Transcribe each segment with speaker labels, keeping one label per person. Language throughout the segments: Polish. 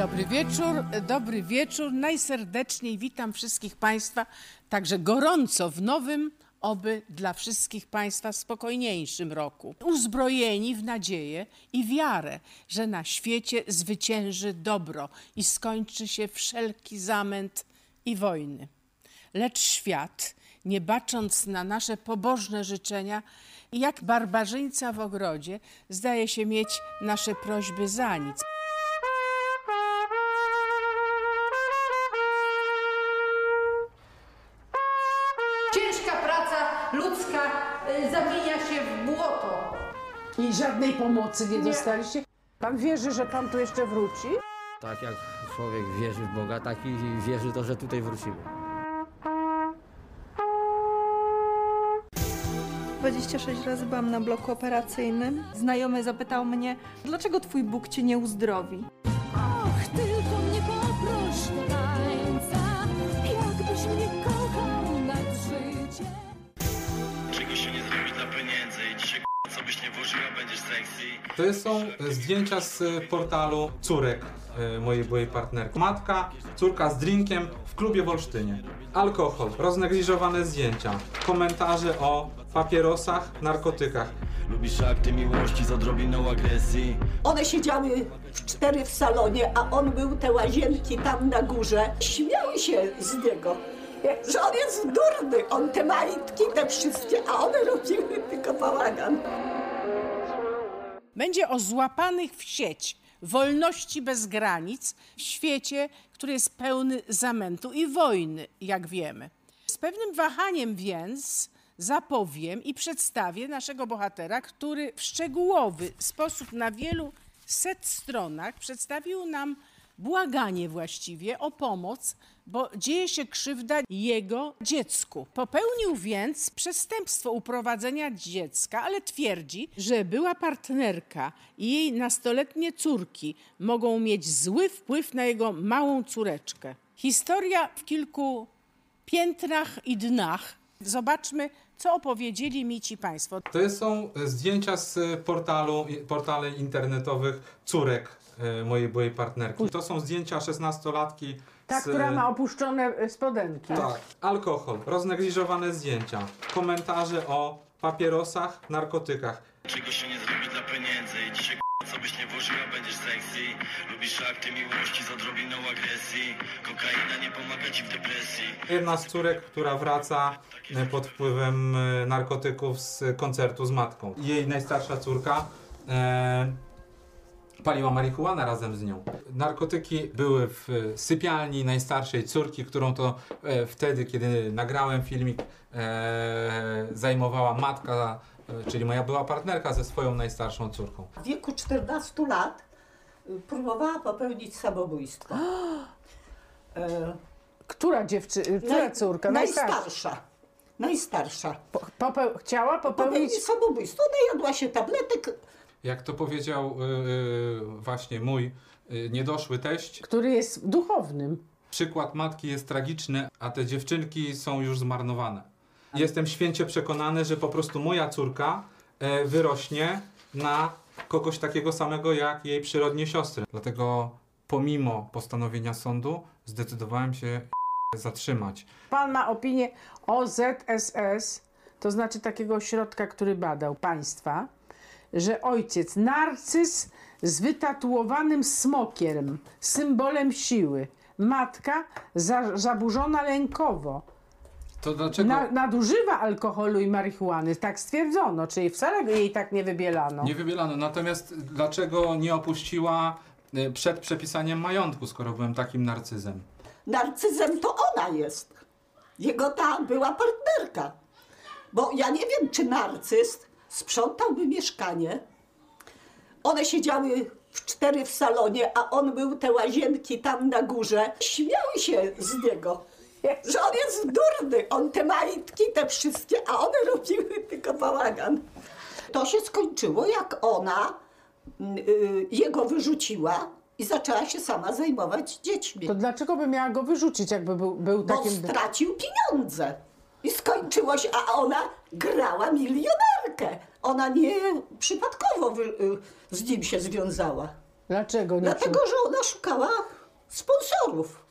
Speaker 1: Dobry wieczór. Najserdeczniej witam wszystkich Państwa, także gorąco w nowym, oby dla wszystkich Państwa spokojniejszym roku. Uzbrojeni w nadzieję i wiarę, że na świecie zwycięży dobro i skończy się wszelki zamęt i wojny. Lecz świat, nie bacząc na nasze pobożne życzenia, jak barbarzyńca w ogrodzie, zdaje się mieć nasze prośby za nic.
Speaker 2: Ciężka praca ludzka zamienia się w błoto.
Speaker 1: I żadnej pomocy nie dostaliście? Pan wierzy, że pan tu jeszcze wróci?
Speaker 3: Tak jak człowiek wierzy w Boga, tak i wierzy to, że tutaj wrócimy.
Speaker 4: 26 razy byłam na bloku operacyjnym. Znajomy zapytał mnie, dlaczego twój Bóg cię nie uzdrowi?
Speaker 5: Och, tylko mnie poproś do tańca, jakbyś mnie kochał nad życie.
Speaker 6: Czego się nie zrobi dla pieniędzy i dzisiaj co byś nie włożyła, będziesz sexy.
Speaker 7: To są zdjęcia z portalu córek mojej byłej partnerki. Matka, córka z drinkiem w klubie w Olsztynie. Alkohol, roznegliżowane zdjęcia, komentarze o papierosach, narkotykach.
Speaker 6: Lubisz akty miłości z odrobiną agresji.
Speaker 8: One siedziały w 4 w salonie, a on był te łazienki tam na górze. Śmiały się z niego, że on jest durny, on te majtki, te wszystkie, a one robiły tylko bałagan.
Speaker 1: Będzie o złapanych w sieć wolności bez granic w świecie, który jest pełny zamętu i wojny, jak wiemy. Z pewnym wahaniem więc zapowiem i przedstawię naszego bohatera, który w szczegółowy sposób na wielu set stronach przedstawił nam błaganie właściwie o pomoc, bo dzieje się krzywda jego dziecku. Popełnił więc przestępstwo uprowadzenia dziecka, ale twierdzi, że była partnerka i jej nastoletnie córki mogą mieć zły wpływ na jego małą córeczkę. Historia w kilku piętrach i dnach. Zobaczmy, co opowiedzieli mi ci Państwo.
Speaker 7: To są zdjęcia z portali internetowych córek mojej byłej partnerki. To są zdjęcia 16-latki.
Speaker 1: Ta, która ma opuszczone spodenki.
Speaker 7: Tak. Alkohol, roznegliżowane zdjęcia, komentarze o papierosach, narkotykach.
Speaker 6: Czego się nie zrobi dla pieniędzy i dzisiaj co byś nie włożyła, będziesz sexy. Lubisz akty miłości z odrobiną agresji. Kokaina nie pomaga ci w depresji.
Speaker 7: Jedna z córek, która wraca pod wpływem narkotyków z koncertu z matką. Jej najstarsza córka paliła marihuanę razem z nią. Narkotyki były w sypialni najstarszej córki, którą to wtedy, kiedy nagrałem filmik, zajmowała matka, czyli moja była partnerka ze swoją najstarszą córką.
Speaker 8: W wieku 14 lat próbowała popełnić samobójstwo.
Speaker 1: Która córka?
Speaker 8: Najstarsza.
Speaker 1: Chciała popełnić
Speaker 8: samobójstwo. Ona jadła się tabletek.
Speaker 7: Jak to powiedział właśnie mój niedoszły teść,
Speaker 1: który jest duchownym.
Speaker 7: Przykład matki jest tragiczny, a te dziewczynki są już zmarnowane. Jestem święcie przekonany, że po prostu moja córka wyrośnie na kogoś takiego samego jak jej przyrodnie siostry. Dlatego pomimo postanowienia sądu zdecydowałem się zatrzymać.
Speaker 1: Pan ma opinię OZSS, to znaczy takiego ośrodka, który badał państwa, że ojciec narcyz z wytatuowanym smokiem, symbolem siły, matka zaburzona lękowo,
Speaker 7: To dlaczego?
Speaker 1: Nadużywa alkoholu i marihuany, tak stwierdzono, czyli wcale jej tak nie wybielano.
Speaker 7: Nie wybielano, natomiast dlaczego nie opuściła przed przepisaniem majątku, skoro byłem takim narcyzem?
Speaker 8: Narcyzem to ona jest. Jego ta była partnerka. Bo ja nie wiem, czy narcyz sprzątałby mieszkanie. One siedziały w 4 w salonie, a on był te łazienki tam na górze. Śmiały się z niego, że on jest durny, on te majtki, te wszystkie, a one robiły tylko bałagan. To się skończyło, jak ona jego wyrzuciła i zaczęła się sama zajmować dziećmi.
Speaker 1: To dlaczego by miała go wyrzucić, jakby był takim...
Speaker 8: Bo stracił pieniądze. I skończyło się, a ona grała milionerkę. Ona nie przypadkowo z nim się związała.
Speaker 1: Dlaczego nie?
Speaker 8: Dlatego, że ona szukała sponsorów.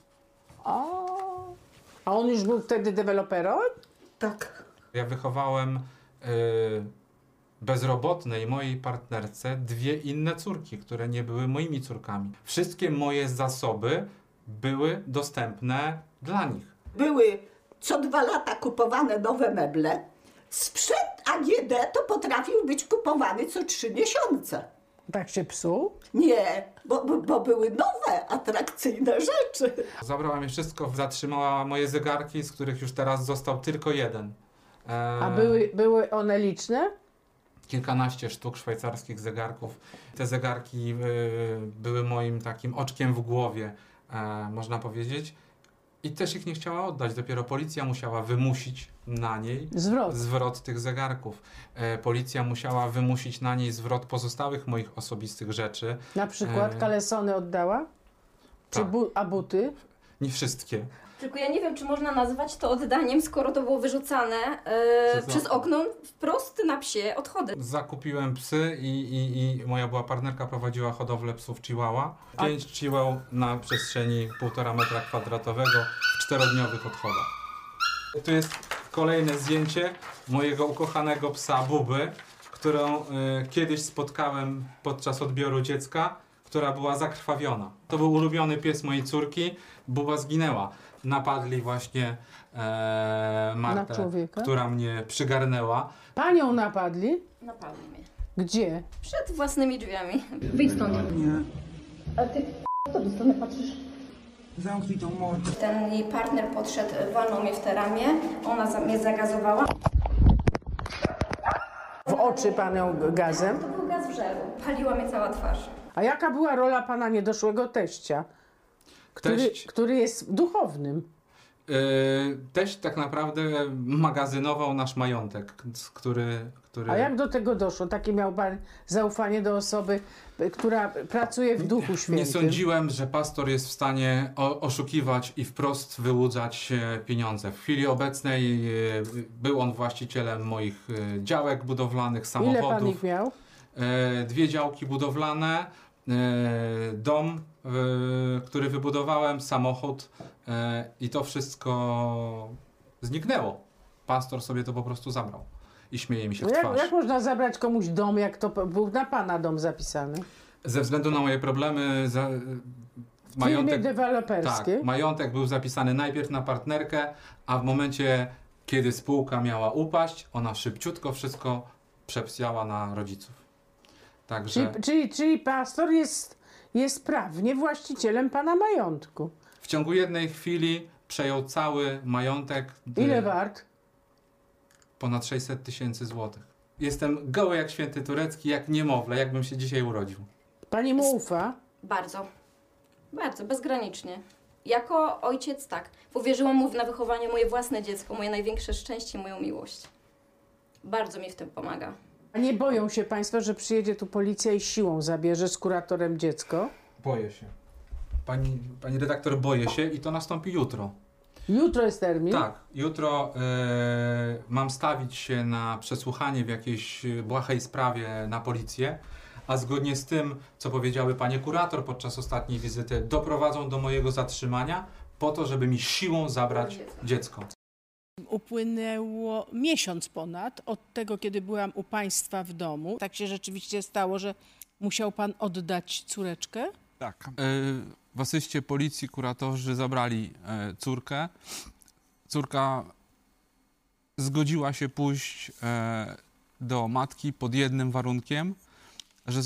Speaker 1: A on już był wtedy deweloperem?
Speaker 8: Tak.
Speaker 7: Ja wychowałem bezrobotnej mojej partnerce 2 inne córki, które nie były moimi córkami. Wszystkie moje zasoby były dostępne dla nich.
Speaker 8: Były co 2 lata kupowane nowe meble. Sprzęt AGD to potrafił być kupowany co 3 miesiące.
Speaker 1: Tak się psuł?
Speaker 8: Nie, bo były nowe, atrakcyjne rzeczy.
Speaker 7: Zabrała mi wszystko, zatrzymała moje zegarki, z których już teraz został tylko jeden.
Speaker 1: A były one liczne?
Speaker 7: Kilkanaście sztuk szwajcarskich zegarków. Te zegarki były moim takim oczkiem w głowie, można powiedzieć. I też ich nie chciała oddać. Dopiero policja musiała wymusić na niej zwrot tych zegarków. Policja musiała wymusić na niej zwrot pozostałych moich osobistych rzeczy.
Speaker 1: Na przykład kalesony oddała?
Speaker 7: Tak.
Speaker 1: A buty?
Speaker 7: Nie wszystkie.
Speaker 9: Tylko ja nie wiem, czy można nazwać to oddaniem, skoro to było wyrzucane przez okno wprost na psie odchody.
Speaker 7: Zakupiłem psy i moja była partnerka prowadziła hodowlę psów Chihuahua. 5 Chihuahua na przestrzeni 1,5 metra kwadratowego w 4-dniowych odchodach. Tu jest kolejne zdjęcie mojego ukochanego psa Buby, którą kiedyś spotkałem podczas odbioru dziecka, która była zakrwawiona. To był ulubiony pies mojej córki. Buba zginęła. Napadli właśnie Martę, która mnie przygarnęła.
Speaker 1: Panią napadli?
Speaker 9: Napadli mnie.
Speaker 1: Gdzie?
Speaker 9: Przed własnymi drzwiami. Wyjdź stąd. Nie. A ty co do strony patrzysz?
Speaker 10: Zamknij tą mordę.
Speaker 9: Ten jej partner podszedł, walnął mnie w te ramię, ona mnie zagazowała.
Speaker 1: W oczy panią gazem?
Speaker 9: To był gaz żelu. Paliła mnie cała twarz.
Speaker 1: A jaka była rola pana niedoszłego teścia? Który jest duchownym.
Speaker 7: Teść tak naprawdę magazynował nasz majątek, który...
Speaker 1: A jak do tego doszło? Takie miał pan zaufanie do osoby, która pracuje w Duchu Świętym?
Speaker 7: Nie sądziłem, że pastor jest w stanie oszukiwać i wprost wyłudzać pieniądze. W chwili obecnej był on właścicielem moich działek budowlanych, samochodów.
Speaker 1: Ile pan ich miał?
Speaker 7: 2 działki budowlane, dom, który wybudowałem, samochód i to wszystko zniknęło. Pastor sobie to po prostu zabrał i śmieje mi się w twarz.
Speaker 1: Jak można zabrać komuś dom, jak to był na pana dom zapisany?
Speaker 7: Ze względu na moje problemy
Speaker 1: majątek deweloperskie?
Speaker 7: Tak, majątek był zapisany najpierw na partnerkę, a w momencie, kiedy spółka miała upaść, ona szybciutko wszystko przepsjała na rodziców. Także...
Speaker 1: Czyli pastor jest prawnie właścicielem pana majątku.
Speaker 7: W ciągu jednej chwili przejął cały majątek.
Speaker 1: Ile wart?
Speaker 7: Ponad 600 000 złotych. Jestem goły jak święty turecki, jak niemowlę, jakbym się dzisiaj urodził.
Speaker 1: Pani mu ufa?
Speaker 9: Bardzo. Bardzo, bezgranicznie. Jako ojciec tak. Powierzyłam mu na wychowanie moje własne dziecko, moje największe szczęście, moją miłość. Bardzo mi w tym pomaga.
Speaker 1: A nie boją się państwo, że przyjedzie tu policja i siłą zabierze z kuratorem dziecko?
Speaker 7: Boję się. Pani redaktor, boję się i to nastąpi jutro.
Speaker 1: Jutro jest termin?
Speaker 7: Tak. Jutro mam stawić się na przesłuchanie w jakiejś błahej sprawie na policję, a zgodnie z tym, co powiedziały panie kurator podczas ostatniej wizyty, doprowadzą do mojego zatrzymania po to, żeby mi siłą zabrać dziecko.
Speaker 1: Upłynęło miesiąc ponad od tego, kiedy byłam u państwa w domu. Tak się rzeczywiście stało, że musiał pan oddać córeczkę?
Speaker 7: Tak. W asyście policji kuratorzy zabrali córkę. Córka zgodziła się pójść do matki pod jednym warunkiem, że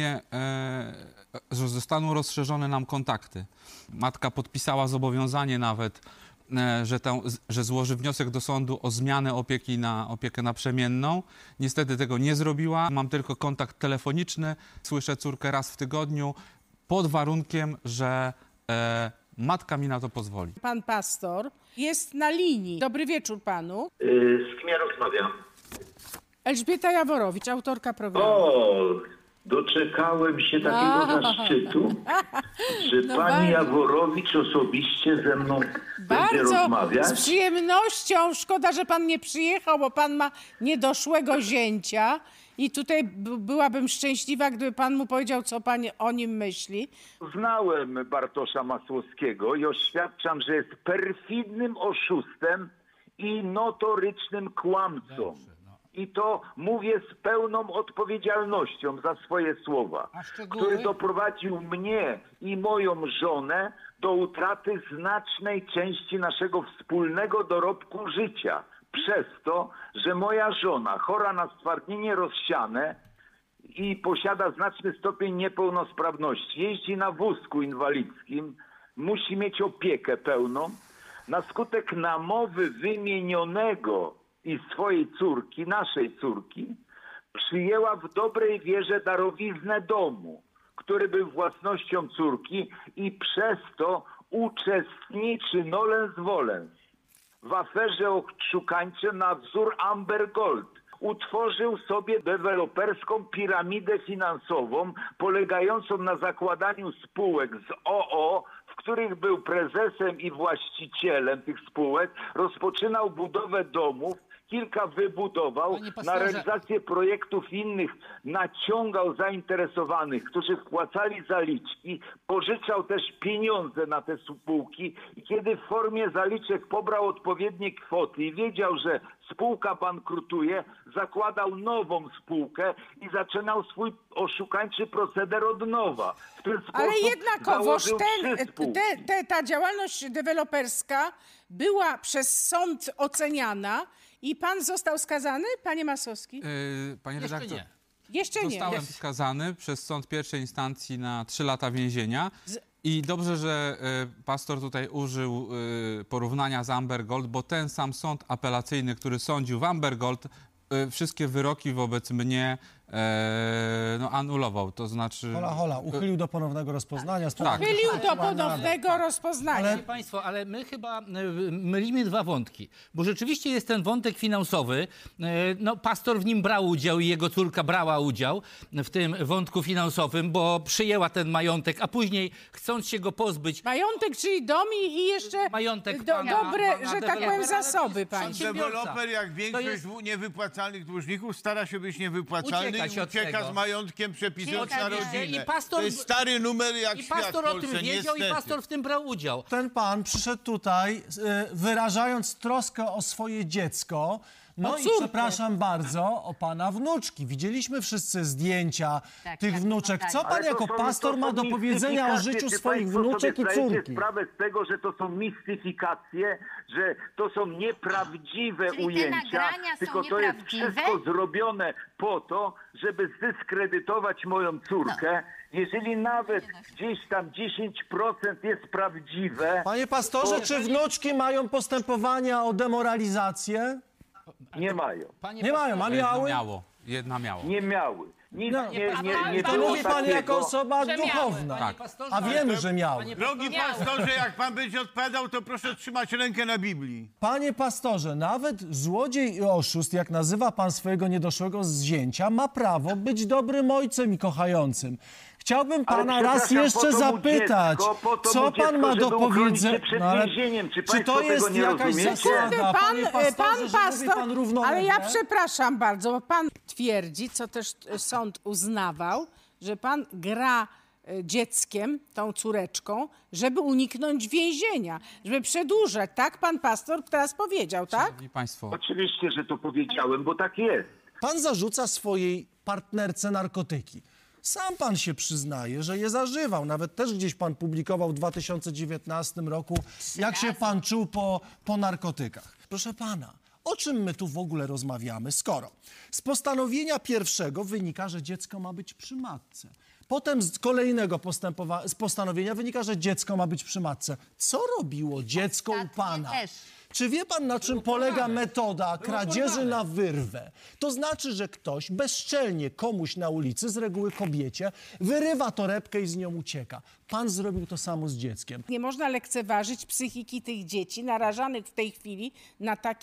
Speaker 7: zostaną rozszerzone nam kontakty. Matka podpisała zobowiązanie nawet, że złoży wniosek do sądu o zmianę opieki na opiekę naprzemienną. Niestety tego nie zrobiła. Mam tylko kontakt telefoniczny. Słyszę córkę raz w tygodniu pod warunkiem, że matka mi na to pozwoli.
Speaker 1: Pan pastor jest na linii. Dobry wieczór panu.
Speaker 11: Z kim ja rozmawiam?
Speaker 1: Elżbieta Jaworowicz, autorka programu.
Speaker 11: O, Doczekałem się takiego zaszczytu, że
Speaker 1: No
Speaker 11: pani
Speaker 1: bardzo.
Speaker 11: Jaworowicz osobiście ze mną będzie
Speaker 1: Bardzo
Speaker 11: rozmawiać.
Speaker 1: z przyjemnością. Szkoda, że pan nie przyjechał, bo pan ma niedoszłego zięcia i tutaj byłabym szczęśliwa, gdyby pan mu powiedział, co pan o nim myśli.
Speaker 11: Znałem Bartosza Masłowskiego i oświadczam, że jest perfidnym oszustem i notorycznym kłamcą. I to mówię z pełną odpowiedzialnością za swoje słowa, który doprowadził mnie i moją żonę do utraty znacznej części naszego wspólnego dorobku życia. Przez to, że moja żona, chora na stwardnienie rozsiane i posiada znaczny stopień niepełnosprawności, jeździ na wózku inwalidzkim, musi mieć opiekę pełną, na skutek namowy wymienionego i swojej córki, naszej córki, przyjęła w dobrej wierze darowiznę domu, który był własnością córki i przez to uczestniczy nolens volens w aferze oszukańczej na wzór Amber Gold. Utworzył sobie deweloperską piramidę finansową polegającą na zakładaniu spółek z OO, w których był prezesem i właścicielem tych spółek, rozpoczynał budowę domów, kilka wybudował, na realizację projektów innych naciągał zainteresowanych, którzy wpłacali zaliczki, pożyczał też pieniądze na te spółki i kiedy w formie zaliczek pobrał odpowiednie kwoty i wiedział, że spółka bankrutuje, zakładał nową spółkę i zaczynał swój oszukańczy proceder od nowa. W ten sposób
Speaker 1: Ale jednakowoż
Speaker 11: założył 3 spółki.
Speaker 1: ta działalność deweloperska była przez sąd oceniana i pan został skazany, panie Masłowski?
Speaker 7: Panie redaktor,
Speaker 1: Jeszcze nie.
Speaker 7: zostałem skazany przez sąd pierwszej instancji na 3 lata więzienia. I dobrze, że pastor tutaj użył porównania z Amber Gold, bo ten sam sąd apelacyjny, który sądził w Amber Gold, wszystkie wyroki wobec mnie anulował, to znaczy...
Speaker 12: Hola, uchylił do ponownego rozpoznania.
Speaker 7: Tak.
Speaker 1: Uchylił do ponownego rozpoznania.
Speaker 13: Ale państwo, ale my chyba mylimy 2 wątki, bo rzeczywiście jest ten wątek finansowy, no pastor w nim brał udział i jego córka brała udział w tym wątku finansowym, bo przyjęła ten majątek, a później chcąc się go pozbyć...
Speaker 1: Majątek, czyli dom i jeszcze
Speaker 13: majątek
Speaker 1: dobre, że tak powiem, zasoby państwa.
Speaker 14: Deweloper, jak większość niewypłacalnych dłużników, stara się być niewypłacalny i ucieka z majątkiem, przepisując na rodzinę. To jest stary numer jak świat w
Speaker 13: pastor o tym wiedział i pastor w tym brał udział.
Speaker 12: Ten pan przyszedł tutaj, wyrażając troskę o swoje dziecko. No i przepraszam bardzo, o pana wnuczki. Widzieliśmy wszyscy zdjęcia tych wnuczek. Co pan jako pastor ma do powiedzenia o życiu swoich wnuczek i córki?
Speaker 11: Sprawę z tego, że to są mistyfikacje, że to są nieprawdziwe ujęcia, tylko to jest wszystko zrobione po to, żeby zdyskredytować moją córkę. Jeżeli nawet gdzieś tam 10% jest prawdziwe...
Speaker 12: Panie pastorze, czy wnuczki mają postępowania o demoralizację?
Speaker 11: Nie mają.
Speaker 12: Nie mają, a miały?
Speaker 7: Jedna miało.
Speaker 11: Nie miały. Nic nie
Speaker 12: to
Speaker 11: było
Speaker 12: mówi pan
Speaker 11: takiego.
Speaker 12: jako osoba duchowna.
Speaker 7: Tak.
Speaker 12: A wiemy, że miały.
Speaker 14: Drogi pastorze, jak pan będzie odpowiadał, to proszę trzymać rękę na Biblii.
Speaker 12: Panie pastorze, nawet złodziej i oszust, jak nazywa pan swojego niedoszłego zięcia, ma prawo być dobrym ojcem i kochającym. Chciałbym pana raz jeszcze zapytać, co pan ma do powiedzenia? Czy to jest jakaś zasada, panie pastorze, że mówi pan równolegle?
Speaker 1: Ale ja przepraszam bardzo, bo pan twierdzi, co też sąd uznawał, że pan gra dzieckiem, tą córeczką, żeby uniknąć więzienia, żeby przedłużać. Tak pan pastor teraz powiedział, tak?
Speaker 7: Szanowni państwo.
Speaker 11: Oczywiście, że to powiedziałem, bo tak jest.
Speaker 12: Pan zarzuca swojej partnerce narkotyki. Sam pan się przyznaje, że je zażywał. Nawet też gdzieś pan publikował w 2019 roku, jak się pan czuł po narkotykach. Proszę pana, o czym my tu w ogóle rozmawiamy, skoro z postanowienia pierwszego wynika, że dziecko ma być przy matce. Potem z kolejnego postanowienia wynika, że dziecko ma być przy matce. Co robiło dziecko u pana? Czy wie pan, na czym polega metoda kradzieży na wyrwę? To znaczy, że ktoś bezczelnie komuś na ulicy, z reguły kobiecie, wyrywa torebkę i z nią ucieka. Pan zrobił to samo z dzieckiem.
Speaker 1: Nie można lekceważyć psychiki tych dzieci narażanych w tej chwili na takie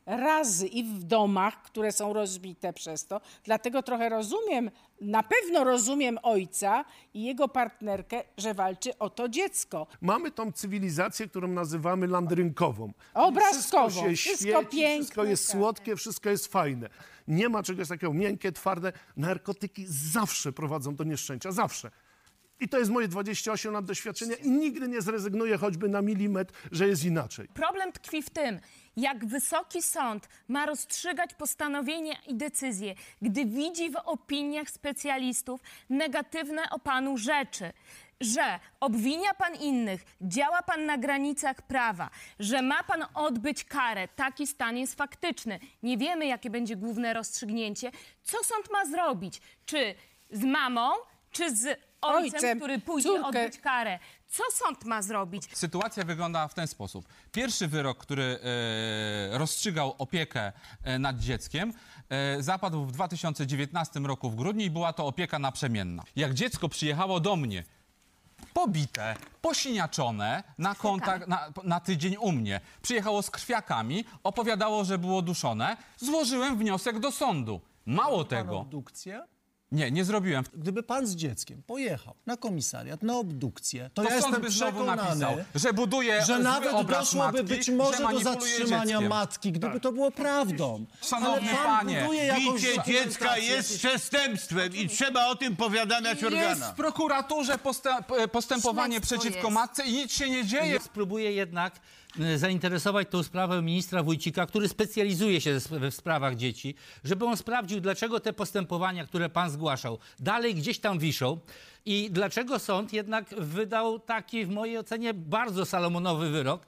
Speaker 1: razy i w domach, które są rozbite przez to. Dlatego trochę rozumiem, na pewno rozumiem ojca i jego partnerkę, że walczy o to dziecko.
Speaker 12: Mamy tą cywilizację, którą nazywamy landrynkową.
Speaker 1: Obrazkową.
Speaker 12: Wszystko się
Speaker 1: Wszystko
Speaker 12: świeci,
Speaker 1: piękne,
Speaker 12: wszystko jest
Speaker 1: tak.
Speaker 12: słodkie, wszystko jest fajne. Nie ma czegoś takiego miękkie, twarde. Narkotyki zawsze prowadzą do nieszczęścia, zawsze. I to jest moje 28 lat doświadczenia i nigdy nie zrezygnuję choćby na milimetr, że jest inaczej.
Speaker 15: Problem tkwi w tym, jak wysoki sąd ma rozstrzygać postanowienia i decyzje, gdy widzi w opiniach specjalistów negatywne o panu rzeczy. Że obwinia pan innych, działa pan na granicach prawa, że ma pan odbyć karę. Taki stan jest faktyczny. Nie wiemy, jakie będzie główne rozstrzygnięcie. Co sąd ma zrobić? Czy z mamą, czy z ojcem, który pójdzie odbyć karę? Co sąd ma zrobić?
Speaker 16: Sytuacja wygląda w ten sposób. Pierwszy wyrok, który rozstrzygał opiekę nad dzieckiem, zapadł w 2019 roku w grudniu i była to opieka naprzemienna. Jak dziecko przyjechało do mnie, pobite, posiniaczone, na kontakt, na tydzień u mnie, przyjechało z krwiakami, opowiadało, że było duszone, złożyłem wniosek do sądu. Mało tego.
Speaker 12: Obdukcję?
Speaker 16: Nie, nie zrobiłem.
Speaker 12: Gdyby pan z dzieckiem pojechał na komisariat, na obdukcję, to
Speaker 16: To
Speaker 12: ja
Speaker 16: sąd
Speaker 12: jestem
Speaker 16: by znowu napisał,
Speaker 12: przekonany,
Speaker 16: że buduje
Speaker 12: że
Speaker 16: zły
Speaker 12: nawet
Speaker 16: obraz
Speaker 12: doszłoby
Speaker 16: matki,
Speaker 12: być
Speaker 16: że
Speaker 12: może do
Speaker 16: manipuluje
Speaker 12: zatrzymania
Speaker 16: dzieckiem.
Speaker 12: matki, gdyby to było prawdą.
Speaker 16: Szanowny
Speaker 12: Ale pan
Speaker 16: panie,
Speaker 12: buduje jakąś
Speaker 14: Bicie dziecka
Speaker 12: argumentację.
Speaker 14: jest przestępstwem i trzeba o tym powiadamiać
Speaker 16: Jest
Speaker 14: organa.
Speaker 16: w prokuraturze postępowanie
Speaker 15: Śledztwo
Speaker 16: przeciwko
Speaker 15: jest.
Speaker 16: matce i nic się nie dzieje.
Speaker 13: Spróbuję jednak zainteresować tą sprawę ministra Wójcika, który specjalizuje się w sprawach dzieci, żeby on sprawdził, dlaczego te postępowania, które pan zgłaszał, dalej gdzieś tam wiszą i dlaczego sąd jednak wydał taki, w mojej ocenie, bardzo salomonowy wyrok,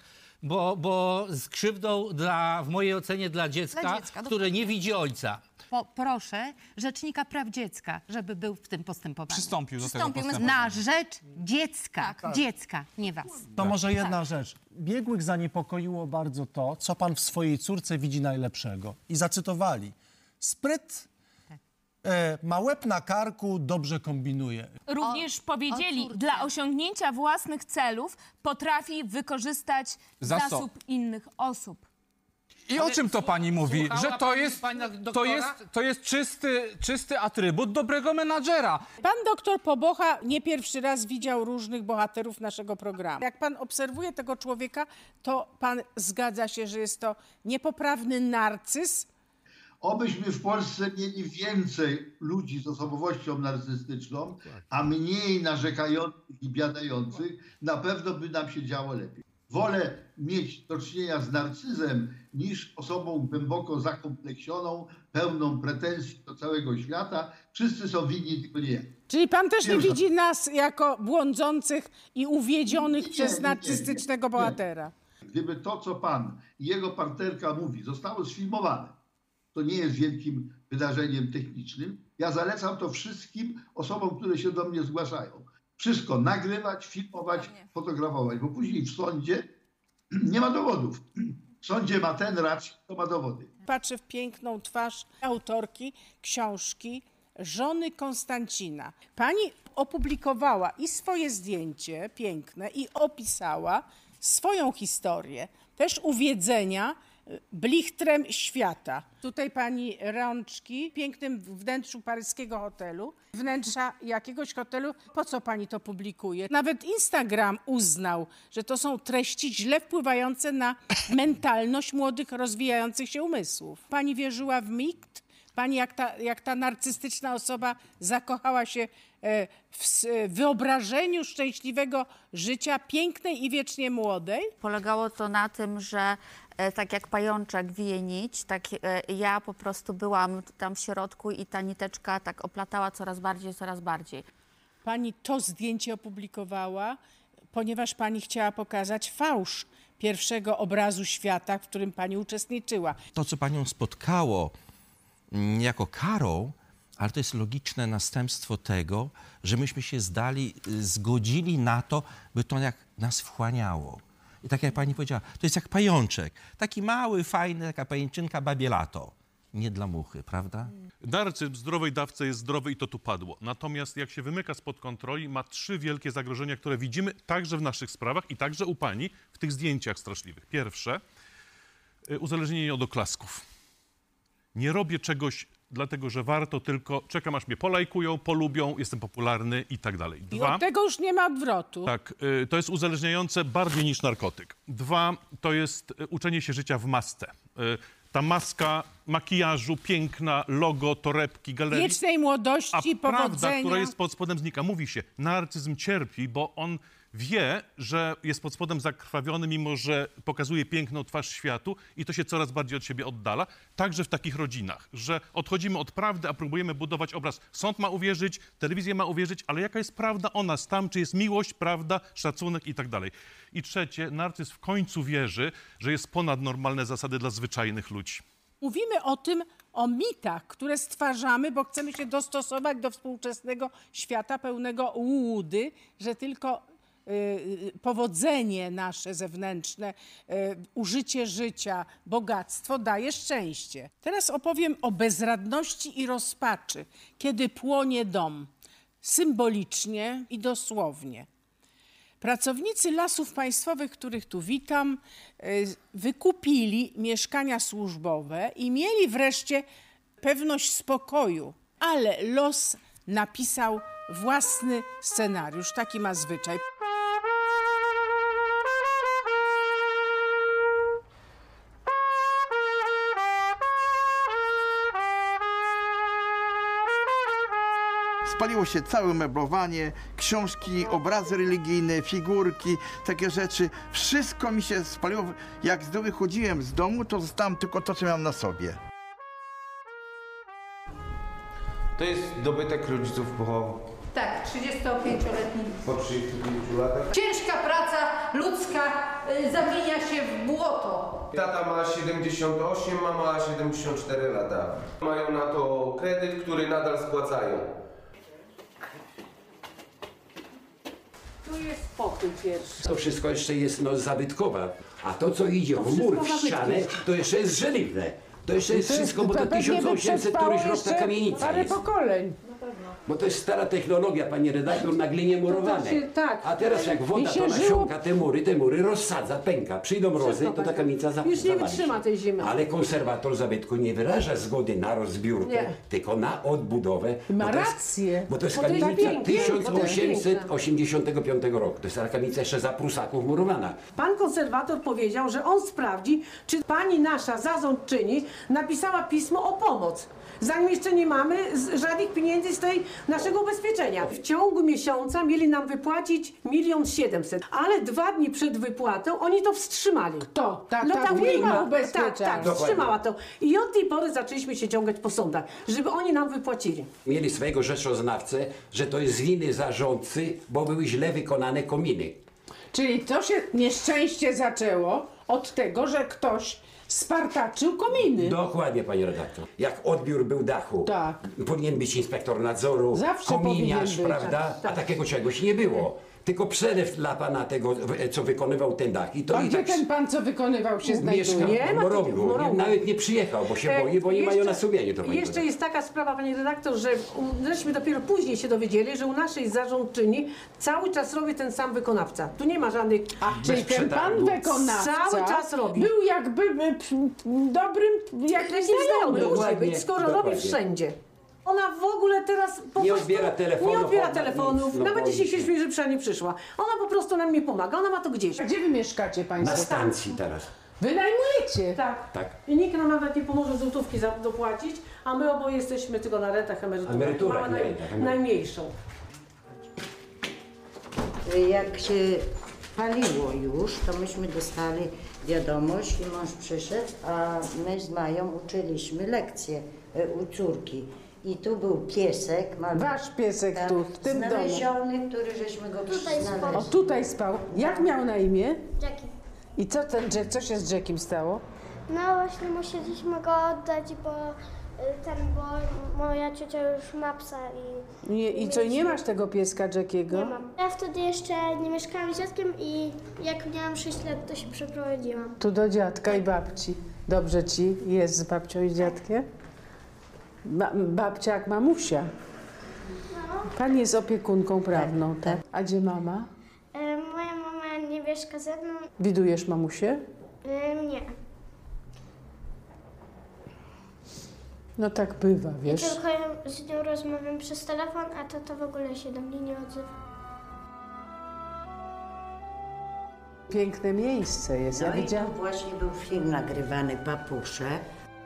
Speaker 13: bo z krzywdą w mojej ocenie dla dziecka, które nie widzi ojca.
Speaker 2: Proszę Rzecznika Praw Dziecka, żeby był w tym postępowaniu.
Speaker 16: Przystąpił do tego postępowania.
Speaker 2: Na rzecz dziecka. Dziecka, nie was.
Speaker 12: To może jedna rzecz. Biegłych zaniepokoiło bardzo to, co pan w swojej córce widzi najlepszego. I zacytowali. Spryt, ma łeb na karku, dobrze kombinuje.
Speaker 15: Również powiedzieli, dla osiągnięcia własnych celów potrafi wykorzystać zasób innych osób.
Speaker 16: I o czym to pani mówi?
Speaker 13: Słuchała
Speaker 16: Że to
Speaker 13: pani
Speaker 16: jest,
Speaker 13: pana doktora?
Speaker 16: to jest czysty atrybut dobrego menadżera.
Speaker 1: Pan doktor Pobocha nie pierwszy raz widział różnych bohaterów naszego programu. Jak pan obserwuje tego człowieka, to pan zgadza się, że jest to niepoprawny narcyz?
Speaker 17: Obyśmy w Polsce mieli więcej ludzi z osobowością narcystyczną, a mniej narzekających i biadających, na pewno by nam się działo lepiej. Wolę mieć do czynienia z narcyzem niż osobą głęboko zakompleksioną, pełną pretensji do całego świata. Wszyscy są winni, tylko nie ja.
Speaker 1: Czyli pan też nie widzi nas jako błądzących i uwiedzionych przez narcystycznego bohatera?
Speaker 17: Gdyby to, co pan i jego partnerka mówi, zostało sfilmowane, to nie jest wielkim wydarzeniem technicznym. Ja zalecam to wszystkim osobom, które się do mnie zgłaszają. Wszystko nagrywać, filmować, fotografować, bo później w sądzie nie ma dowodów. W sądzie ma ten rację, kto ma dowody.
Speaker 1: Patrzę w piękną twarz autorki książki Żony Konstancina. Pani opublikowała i swoje zdjęcie piękne i opisała swoją historię, też uwiedzenia blichtrem świata. Tutaj pani rączki w pięknym wnętrzu paryskiego hotelu, wnętrza jakiegoś hotelu. Po co pani to publikuje? Nawet Instagram uznał, że to są treści źle wpływające na mentalność młodych, rozwijających się umysłów. Pani wierzyła w mit? Pani jak ta narcystyczna osoba zakochała się w wyobrażeniu szczęśliwego życia, pięknej i wiecznie młodej?
Speaker 18: Polegało to na tym, że tak jak pajączek wije nić, tak ja po prostu byłam tam w środku i ta niteczka tak oplatała coraz bardziej.
Speaker 1: Pani to zdjęcie opublikowała, ponieważ pani chciała pokazać fałsz pierwszego obrazu świata, w którym pani uczestniczyła.
Speaker 19: To, co panią spotkało jako karą, ale to jest logiczne następstwo tego, że myśmy się zgodzili na to, by to jak nas wchłaniało. I tak jak pani powiedziała, to jest jak pajączek. Taki mały, fajny, taka pajęczynka, babie lato. Nie dla muchy, prawda?
Speaker 20: Narcyzm w zdrowej dawce jest zdrowy i to tu padło. Natomiast jak się wymyka spod kontroli, ma 3 wielkie zagrożenia, które widzimy także w naszych sprawach i także u pani w tych zdjęciach straszliwych. Pierwsze, uzależnienie od oklasków. Nie robię czegoś dlatego, że warto, tylko czekam, aż mnie polajkują, polubią, jestem popularny i tak dalej.
Speaker 1: I od tego już nie ma odwrotu.
Speaker 20: Tak, to jest uzależniające bardziej niż narkotyk. 2, to jest uczenie się życia w masce. Ta maska makijażu, piękna, logo, torebki, galerii.
Speaker 1: Wiecznej młodości,
Speaker 20: prawda,
Speaker 1: powodzenia.
Speaker 20: która jest pod spodem, znika. Mówi się, narcyzm cierpi, bo on wie, że jest pod spodem zakrwawiony, mimo że pokazuje piękną twarz światu i to się coraz bardziej od siebie oddala. Także w takich rodzinach, że odchodzimy od prawdy, a próbujemy budować obraz. Sąd ma uwierzyć, telewizja ma uwierzyć, ale jaka jest prawda o nas tam? Czy jest miłość, prawda, szacunek i tak dalej. I trzecie, narcyz w końcu wierzy, że jest ponad normalne zasady dla zwyczajnych ludzi.
Speaker 1: Mówimy o mitach, które stwarzamy, bo chcemy się dostosować do współczesnego świata pełnego łudy, że tylko powodzenie nasze zewnętrzne, użycie życia, bogactwo daje szczęście. Teraz opowiem o bezradności i rozpaczy, kiedy płonie dom, symbolicznie i dosłownie. Pracownicy Lasów Państwowych, których tu witam, wykupili mieszkania służbowe i mieli wreszcie pewność spokoju, ale los napisał własny scenariusz. Taki ma zwyczaj.
Speaker 21: Spaliło się całe meblowanie, książki, obrazy religijne, figurki, takie rzeczy. Wszystko mi się spaliło. Jak wychodziłem z domu, to zostałem tylko to, co miałem na sobie.
Speaker 22: To jest dobytek rodziców po...
Speaker 23: Tak, 35-letni.
Speaker 22: Po 35 latach.
Speaker 23: Ciężka praca ludzka zamienia się w błoto.
Speaker 22: Tata ma 78, mama ma 74 lata. Mają na to kredyt, który nadal spłacają.
Speaker 23: Tu jest pokój pierwszy.
Speaker 24: To wszystko jeszcze jest zabytkowe, a to co idzie w mur, w ścianę, to jeszcze jest żeliwne. To jeszcze jest wszystko, bo to 1800 któryś rok ta kamienica
Speaker 1: parę
Speaker 24: jest.
Speaker 1: pokoleń.
Speaker 24: Bo to jest stara technologia, pani redaktor, na glinie murowane.
Speaker 23: tak.
Speaker 24: A teraz jak woda to nasiąka te mury rozsadza, pęka. Przyjdą mrozy, to ta kamienica
Speaker 23: Już nie wytrzyma tej zimy.
Speaker 24: Ale konserwator zabytku nie wyraża zgody na rozbiórkę, tylko na odbudowę.
Speaker 1: Ma rację.
Speaker 24: Bo to jest
Speaker 23: Bo to jest
Speaker 24: kamienica
Speaker 23: pięknie,
Speaker 24: 1885 roku. To jest ta kamienica jeszcze za Prusaków murowana.
Speaker 23: Pan konserwator powiedział, że on sprawdzi, czy pani nasza zarządczyni napisała pismo o pomoc. Zanim jeszcze nie mamy żadnych pieniędzy z tej naszego ubezpieczenia. W ciągu miesiąca mieli nam wypłacić 1 700 000, ale 2 dni przed wypłatą oni to wstrzymali.
Speaker 1: Kto? Ta
Speaker 23: firma
Speaker 1: ubezpieczenia.
Speaker 23: Tak, wstrzymała to. I od tej pory zaczęliśmy się ciągać po sądach, żeby oni nam wypłacili.
Speaker 24: Mieli swojego rzeczoznawcę, że to jest z winy zarządcy, bo były źle wykonane kominy.
Speaker 1: Czyli to się nieszczęście zaczęło od tego, że ktoś spartaczył kominy.
Speaker 24: Dokładnie, pani redaktor. Jak odbiór był dachu,
Speaker 1: tak,
Speaker 24: powinien być inspektor nadzoru,
Speaker 1: zawsze
Speaker 24: kominiarz,
Speaker 1: być,
Speaker 24: prawda?
Speaker 1: tak.
Speaker 24: A takiego czegoś nie było. Tylko przelew dla pana tego, co wykonywał ten dach. I to
Speaker 1: A
Speaker 24: i
Speaker 1: gdzie
Speaker 24: tak
Speaker 1: ten pan, co wykonywał, się
Speaker 24: mieszkał
Speaker 1: znajduje?
Speaker 24: w Mrągu. Nawet nie przyjechał, bo się boi, bo nie mają na sumieniu to.
Speaker 23: Jeszcze jest taka sprawa, panie redaktor, że żeśmy dopiero później się dowiedzieli, że u naszej zarządczyni cały czas robi ten sam wykonawca. Tu nie ma żadnych...
Speaker 1: Czyli ten pan wykonawca
Speaker 23: cały czas robi.
Speaker 1: był jakby dobrym jakimś znajomym.
Speaker 23: Musi być, skoro robi wszędzie. Ona w ogóle teraz
Speaker 24: nie odbiera telefonów.
Speaker 23: Nie odbiera telefonów. Nawet dzisiaj się że psa nie przyszła. Ona po prostu nam nie pomaga. Ona ma to gdzieś.
Speaker 1: Gdzie wy mieszkacie państwo?
Speaker 24: Na stacji teraz.
Speaker 1: Wynajmujecie?
Speaker 23: Tak. I nikt nam nawet nie pomoże złotówki dopłacić, a my oboje jesteśmy tylko na rentach emeryturach. Najmniejszą.
Speaker 25: Jak się paliło już, to myśmy dostali wiadomość i mąż przyszedł, a my z Mają uczyliśmy lekcje u córki. I tu był piesek.
Speaker 1: Wasz piesek tu, w tym
Speaker 25: znaleziony,
Speaker 1: domu.
Speaker 25: który żeśmy go
Speaker 1: Tutaj
Speaker 25: znaleźli.
Speaker 1: O, tutaj spał. Jak miał na imię?
Speaker 26: Jackie.
Speaker 1: I co się z Jackiem stało?
Speaker 26: No właśnie musieliśmy go oddać, bo moja ciocia już ma psa i...
Speaker 1: I co, nie masz tego pieska Jackiego?
Speaker 26: Nie mam. Ja wtedy jeszcze nie mieszkałam z dziadkiem i jak miałam 6 lat, to się przeprowadziłam.
Speaker 1: Tu do dziadka i babci. Dobrze ci jest z babcią i dziadkiem? Babcia jak mamusia.
Speaker 26: No.
Speaker 1: Pani jest opiekunką prawną, tak? A gdzie mama?
Speaker 26: Moja mama nie mieszka ze mną.
Speaker 1: Widujesz mamusię?
Speaker 26: Nie.
Speaker 1: No tak bywa, wiesz.
Speaker 26: I tylko ja z nią rozmawiam przez telefon, a tata w ogóle się do mnie nie odzywa.
Speaker 1: Piękne miejsce jest.
Speaker 25: No
Speaker 1: Ja
Speaker 25: i
Speaker 1: widziałam.
Speaker 25: tu właśnie był film nagrywany, Papusze.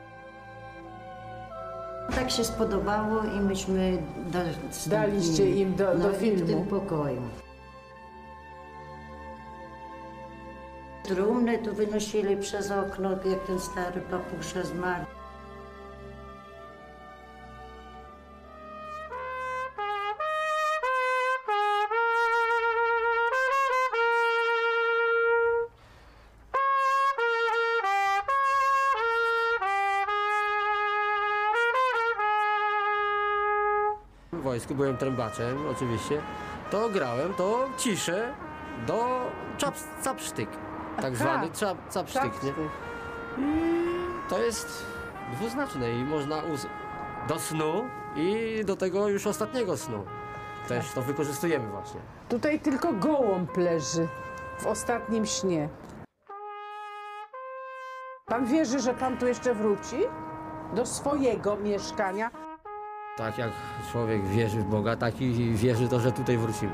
Speaker 25: Tak się spodobało i myśmy
Speaker 1: Daliście im do filmu.
Speaker 25: W tym pokoju. Trumny tu wynosili przez okno, jak ten stary Papusze zmarł.
Speaker 3: W wojsku byłem trębaczem, oczywiście. To grałem, to ciszę do capsztyk. Tak zwany capsztyk, nie? I to jest dwuznaczne i można do snu i do tego już ostatniego snu. Też to wykorzystujemy właśnie.
Speaker 1: Tutaj tylko gołąb leży w ostatnim śnie. Pan wierzy, że pan tu jeszcze wróci? Do swojego mieszkania?
Speaker 3: Tak jak człowiek wierzy w Boga, tak i wierzy to, że tutaj wrócimy.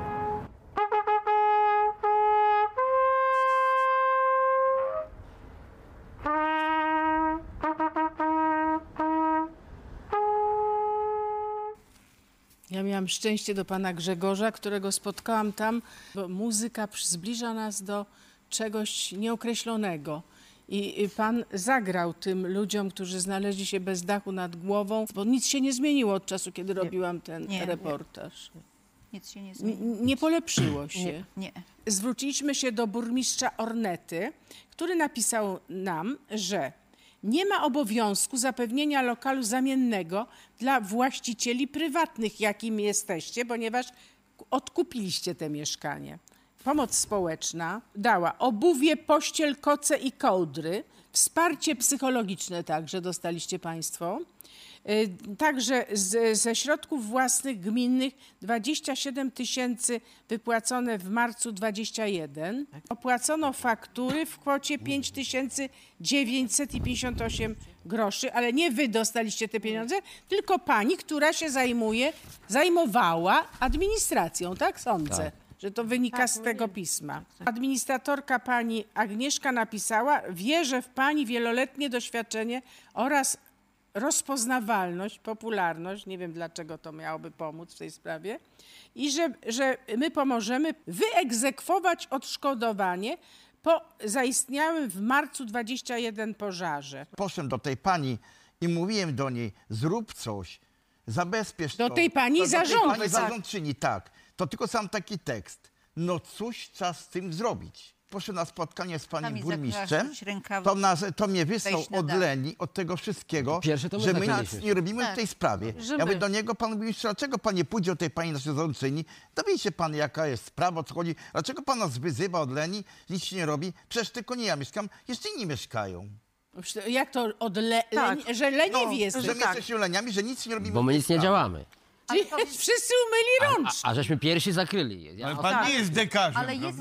Speaker 1: Ja miałam szczęście do pana Grzegorza, którego spotkałam tam, bo muzyka zbliża nas do czegoś nieokreślonego. I pan zagrał tym ludziom, którzy znaleźli się bez dachu nad głową, bo nic się nie zmieniło od czasu, kiedy robiłam ten reportaż.
Speaker 18: Nic się nie zmieniło.
Speaker 1: Nie polepszyło się.
Speaker 18: Nie.
Speaker 1: Zwróciliśmy się do burmistrza Ornety, który napisał nam, że nie ma obowiązku zapewnienia lokalu zamiennego dla właścicieli prywatnych, jakim jesteście, ponieważ odkupiliście te mieszkanie. Pomoc społeczna dała obuwie, pościel, koce i kołdry, wsparcie psychologiczne także dostaliście państwo. Także ze środków własnych gminnych 27 000 wypłacone w marcu 21. Opłacono faktury w kwocie 5958 groszy, ale nie wy dostaliście te pieniądze, tylko pani, która się zajmowała administracją, tak sądzę.
Speaker 3: Tak.
Speaker 1: Że to wynika z tego pisma. Administratorka pani Agnieszka napisała: wierzę w pani wieloletnie doświadczenie oraz rozpoznawalność, popularność, nie wiem dlaczego to miałoby pomóc w tej sprawie, i że my pomożemy wyegzekwować odszkodowanie po zaistniałym w marcu 21 pożarze.
Speaker 21: Poszedłem do tej pani i mówiłem do niej, zrób coś, zabezpiecz to.
Speaker 1: Do tej pani
Speaker 21: zarządczyni, tak. To tylko sam taki tekst. No cóż trzeba z tym zrobić. Poszedłem na spotkanie z panem burmistrzem, to mnie wysłał od leni, od tego wszystkiego, że my nic nie robimy w tej sprawie. Ja mówię do niego, pan burmistrz, dlaczego pan nie pójdzie do tej pani naszej zarządczyni, dowie się pan, jaka jest sprawa, o co chodzi, dlaczego pan nas wyzywa od leni, nic się nie robi, przecież tylko nie ja mieszkam, jeszcze inni mieszkają.
Speaker 1: Jak to że leniowi jest?
Speaker 21: Że my jesteśmy leniami, że nic nie robimy.
Speaker 3: Bo my nic nie działamy.
Speaker 1: Czyli wszyscy umyli rączki.
Speaker 3: A żeśmy pierwsi zakryli.
Speaker 14: Ale pan nie jest dekarzem,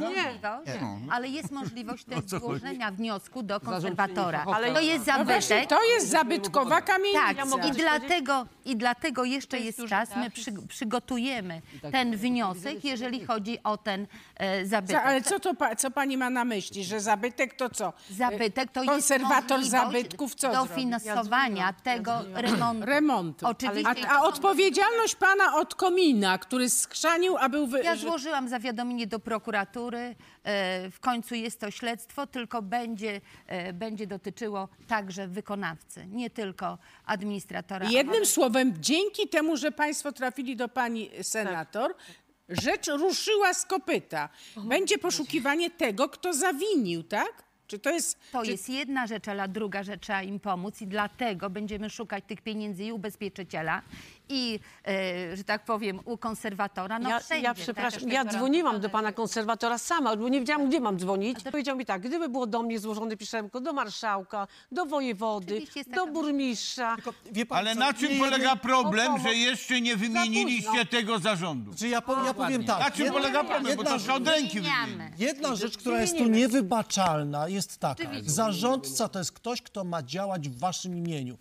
Speaker 18: Ale jest możliwość też złożenia wniosku do konserwatora. To jest zabytek.
Speaker 1: To jest zabytkowa kamienica.
Speaker 18: Tak, i dlatego jeszcze jest czas. My przygotujemy ten wniosek, jeżeli chodzi o ten zabytek.
Speaker 1: Ale co pani ma na myśli? Że zabytek to co?
Speaker 18: Zabytek to
Speaker 1: konserwator
Speaker 18: jest
Speaker 1: zabytków co
Speaker 18: dofinansowania tego remontu.
Speaker 1: Oczywiście. A odpowiedzialność pana od komina, który skrzanił, a był...
Speaker 18: Ja złożyłam zawiadomienie do prokuratury. W końcu jest to śledztwo, tylko będzie dotyczyło także wykonawcy, nie tylko administratora.
Speaker 1: Jednym słowem, dzięki temu, że państwo trafili do pani senator, rzecz ruszyła z kopyta. Będzie poszukiwanie tego, kto zawinił, tak?
Speaker 18: To jest jedna rzecz, ale druga rzecz, trzeba im pomóc i dlatego będziemy szukać tych pieniędzy i u ubezpieczyciela i, że tak powiem, u konserwatora.
Speaker 4: Ja przepraszam, ja dzwoniłam do pana konserwatora sama, bo nie wiedziałam, gdzie mam dzwonić. Powiedział mi tak, gdyby było do mnie złożone pisemko, do marszałka, do wojewody, do burmistrza.
Speaker 14: Ale na czym polega problem, że jeszcze nie wymieniliście tego zarządu?
Speaker 12: Ja powiem tak.
Speaker 14: Na czym polega problem, bo to trzeba od ręki wymienić.
Speaker 12: Jedna rzecz, która jest tu niewybaczalna, jest taka. Zarządca to jest ktoś, kto ma działać w waszym imieniu.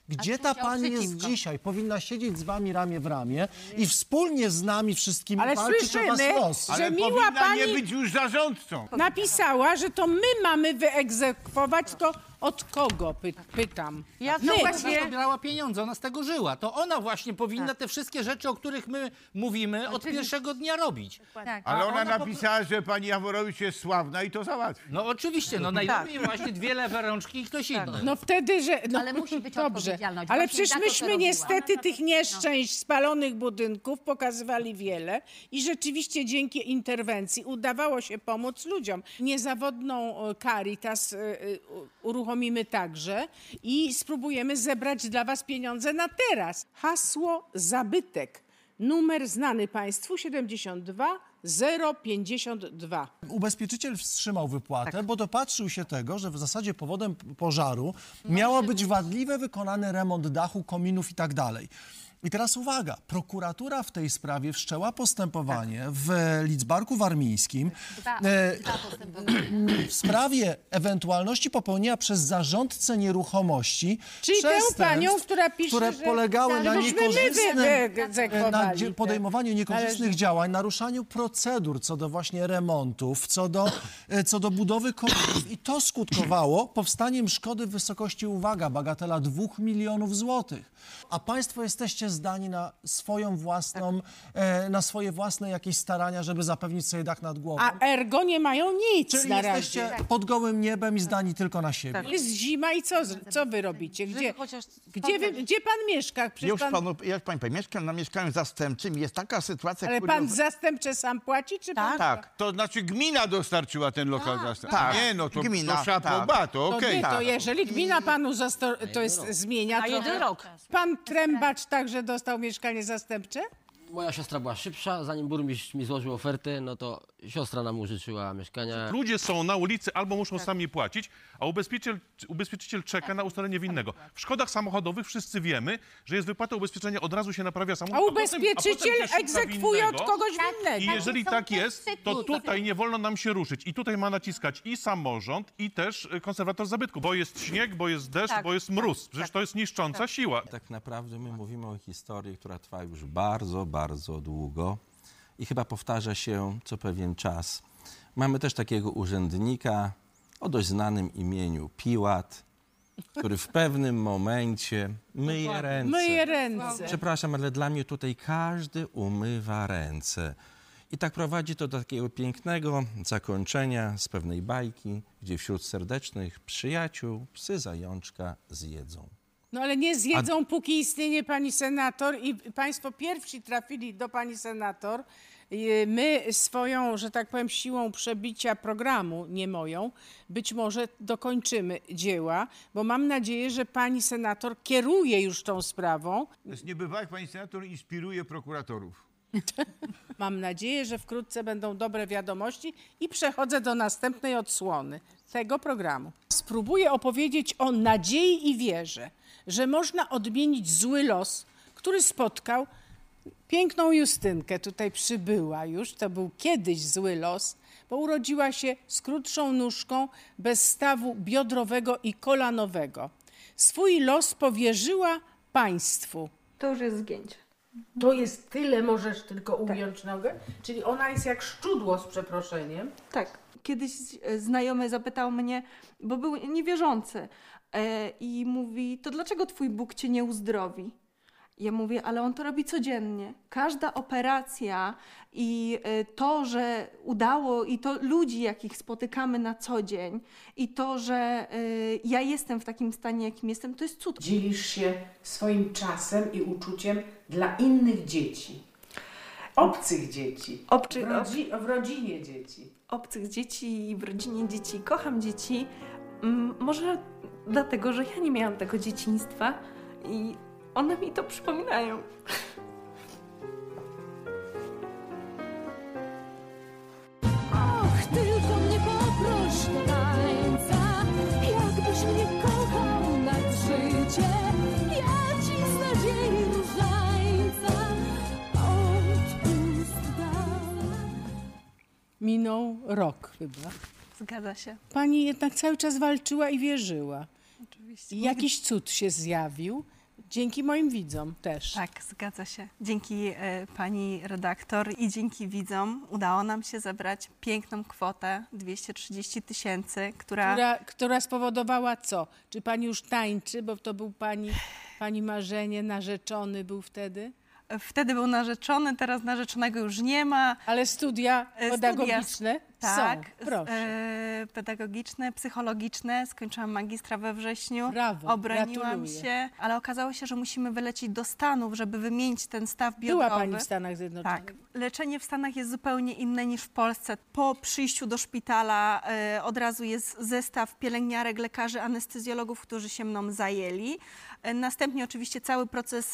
Speaker 12: Gdzie ta pani jest dzisiaj? Powinna siedzieć z wami ramię w ramię i wspólnie z nami wszystkimi walczyć o was los.
Speaker 14: Ale
Speaker 1: miła
Speaker 14: powinna
Speaker 1: pani
Speaker 14: nie być już zarządcą.
Speaker 1: napisała, że to my mamy wyegzekwować to od kogo, pytam.
Speaker 13: Ja właśnie pobierała pieniądze, ona z tego żyła. To ona właśnie powinna te wszystkie rzeczy, o których my mówimy, od pierwszego dnia robić.
Speaker 18: Tak.
Speaker 14: Ale ona napisała, że pani Jaworowicz jest sławna i to załatwi.
Speaker 13: No oczywiście, no najlepiej właśnie dwie lewe rączki i ktoś inny.
Speaker 1: No wtedy, że... No,
Speaker 18: Ale musi być
Speaker 1: dobrze,
Speaker 18: odpowiedzialność.
Speaker 1: ale
Speaker 18: Właśnie
Speaker 1: przecież
Speaker 18: za to, co
Speaker 1: myśmy
Speaker 18: robiła.
Speaker 1: niestety tych nieszczęść spalonych budynków pokazywali wiele i rzeczywiście dzięki interwencji udawało się pomóc ludziom. Niezawodną Caritas uruchomimy także i spróbujemy zebrać dla was pieniądze na teraz. Hasło zabytek. Numer znany państwu 72 052.
Speaker 12: Ubezpieczyciel wstrzymał wypłatę, bo dopatrzył się tego, że w zasadzie powodem pożaru miało być wadliwe wykonany remont dachu, kominów i tak dalej. I teraz uwaga, prokuratura w tej sprawie wszczęła postępowanie w Lidzbarku Warmińskim w sprawie ewentualności popełnienia przez zarządcę nieruchomości
Speaker 1: Czyli tę panią, która pisze,
Speaker 12: które polegały na
Speaker 1: niekorzystnym
Speaker 12: podejmowaniu niekorzystnych działań, naruszaniu procedur co do właśnie remontów, co do budowy kominów. I to skutkowało powstaniem szkody w wysokości, uwaga, bagatela 2 milionów złotych. A państwo jesteście zdani na swoją własną, na swoje własne jakieś starania, żeby zapewnić sobie dach nad głową.
Speaker 1: A ergo nie mają nic
Speaker 12: Czyli
Speaker 1: na razie.
Speaker 12: jesteście pod gołym niebem i zdani tylko na siebie.
Speaker 1: Jest zima i co wy robicie? Gdzie pan mieszka?
Speaker 21: Już pani powiem, mieszkam na mieszkaniu zastępczym i jest taka sytuacja...
Speaker 1: Ale pan zastępcze sam płaci, czy pan...
Speaker 21: Tak.
Speaker 14: To znaczy gmina dostarczyła ten lokal zastępczy.
Speaker 21: Tak.
Speaker 14: Nie, no to
Speaker 21: Gmina,
Speaker 14: to szapoba, to okej.
Speaker 1: To jeżeli gmina panu to jest zmienia, to...
Speaker 4: jeden rok.
Speaker 1: Pan Trębacz także dostał mieszkanie zastępcze?
Speaker 3: Moja siostra była szybsza, zanim burmistrz mi złożył ofertę, no to siostra nam użyczyła mieszkania.
Speaker 20: Ludzie są na ulicy albo muszą sami płacić, a ubezpieczyciel czeka na ustalenie winnego. W szkodach samochodowych wszyscy wiemy, że jest wypłata ubezpieczenia, od razu się naprawia samochód.
Speaker 1: A ubezpieczyciel egzekwuje od kogoś winnego.
Speaker 20: I jeżeli tak jest, to tutaj nie wolno nam się ruszyć. I tutaj ma naciskać i samorząd, i też konserwator zabytku, bo jest śnieg, bo jest deszcz, bo jest mróz. Przecież to jest niszcząca siła.
Speaker 19: Tak naprawdę my mówimy o historii, która trwa już bardzo, bardzo długo i chyba powtarza się co pewien czas. Mamy też takiego urzędnika o dość znanym imieniu Piłat, który w pewnym momencie myje ręce.
Speaker 1: Myje ręce.
Speaker 19: Przepraszam, ale dla mnie tutaj każdy umywa ręce. I tak prowadzi to do takiego pięknego zakończenia z pewnej bajki, gdzie wśród serdecznych przyjaciół psy zajączka zjedzą.
Speaker 1: No ale nie zjedzą, póki istnieje pani senator i państwo pierwsi trafili do pani senator. My swoją, że tak powiem, siłą przebicia programu, nie moją, być może dokończymy dzieła, bo mam nadzieję, że pani senator kieruje już tą sprawą.
Speaker 14: To jest niebywałe, jak pani senator inspiruje prokuratorów.
Speaker 1: Mam nadzieję, że wkrótce będą dobre wiadomości i przechodzę do następnej odsłony tego programu. Spróbuję opowiedzieć o nadziei i wierze, że można odmienić zły los, który spotkał piękną Justynkę. Tutaj przybyła już, to był kiedyś zły los, bo urodziła się z krótszą nóżką, bez stawu biodrowego i kolanowego. Swój los powierzyła państwu.
Speaker 5: To już jest zgięcie.
Speaker 1: To jest tyle, możesz tylko ugiąć nogę? Czyli ona jest jak szczudło, z przeproszeniem?
Speaker 5: Tak. Kiedyś znajomy zapytał mnie, bo był niewierzący i mówi, to dlaczego twój Bóg cię nie uzdrowi? Ja mówię, ale on to robi codziennie. Każda operacja i to, że udało, i to ludzi, jakich spotykamy na co dzień, i to, że ja jestem w takim stanie, jakim jestem, to jest cud.
Speaker 1: Dzielisz się swoim czasem i uczuciem dla innych dzieci. Obcych dzieci. W rodzinie dzieci.
Speaker 5: Obcych dzieci i w rodzinie dzieci. Kocham dzieci. Może dlatego, że ja nie miałam tego dzieciństwa i one mi to przypominają.
Speaker 6: Och, tylko mnie poproś do tańca, jakbyś mnie kochał nad życie. Ja ci z nadziei różańca od ust dam.
Speaker 1: Minął rok chyba.
Speaker 5: Zgadza się.
Speaker 1: Pani jednak cały czas walczyła i wierzyła.
Speaker 5: Oczywiście.
Speaker 1: I jakiś cud się zjawił. Dzięki moim widzom też.
Speaker 5: Tak, zgadza się. Dzięki pani redaktor i dzięki widzom udało nam się zebrać piękną kwotę 230 000,
Speaker 1: która spowodowała co? Czy pani już tańczy, bo to był pani marzenie, narzeczony był wtedy?
Speaker 5: Wtedy był narzeczony, teraz narzeczonego już nie ma.
Speaker 1: Ale studia pedagogiczne
Speaker 5: tak,
Speaker 1: są, proszę.
Speaker 5: Pedagogiczne, psychologiczne. Skończyłam magistra we wrześniu.
Speaker 1: Brawo,
Speaker 5: obroniłam się, ale okazało się, że musimy wylecieć do Stanów, żeby wymienić ten staw biodrowy.
Speaker 1: Była pani w Stanach Zjednoczonych.
Speaker 5: Tak. Leczenie w Stanach jest zupełnie inne niż w Polsce. Po przyjściu do szpitala od razu jest zestaw pielęgniarek, lekarzy, anestezjologów, którzy się mną zajęli. Następnie oczywiście cały proces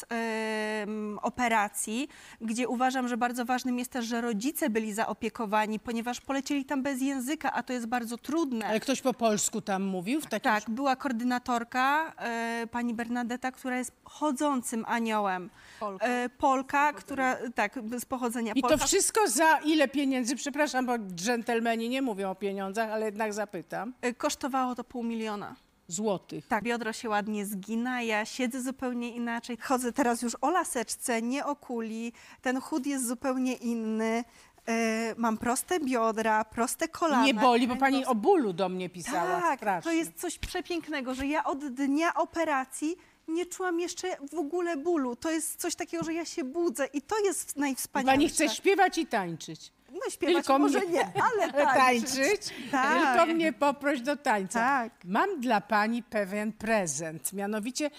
Speaker 5: operacji, gdzie uważam, że bardzo ważnym jest też, że rodzice byli zaopiekowani, ponieważ polecieli tam bez języka, a to jest bardzo trudne.
Speaker 1: Ale ktoś po polsku tam mówił?
Speaker 5: Tak, była koordynatorka, pani Bernadetta, która jest chodzącym aniołem. Polka, która, tak, z pochodzenia
Speaker 1: I
Speaker 5: Polka.
Speaker 1: to wszystko za ile pieniędzy? Przepraszam, bo dżentelmeni nie mówią o pieniądzach, ale jednak zapytam.
Speaker 5: Kosztowało to $500 000
Speaker 1: złotych.
Speaker 5: Tak, biodro się ładnie zgina, ja siedzę zupełnie inaczej. Chodzę teraz już o laseczce, nie o kuli. Ten chód jest zupełnie inny. Mam proste biodra, proste kolana.
Speaker 1: Nie boli, bo pani o bólu do mnie pisała.
Speaker 5: Tak,
Speaker 1: strasznie.
Speaker 5: to jest coś przepięknego, że ja od dnia operacji nie czułam jeszcze w ogóle bólu. To jest coś takiego, że ja się budzę i to jest najwspanialsze.
Speaker 1: Pani chce śpiewać i tańczyć.
Speaker 5: No śpiewać
Speaker 1: tylko
Speaker 5: może
Speaker 1: mnie,
Speaker 5: nie, ale tańczyć. Tak.
Speaker 1: Tylko mnie poproś do tańca.
Speaker 5: Tak.
Speaker 1: Mam dla pani pewien prezent, mianowicie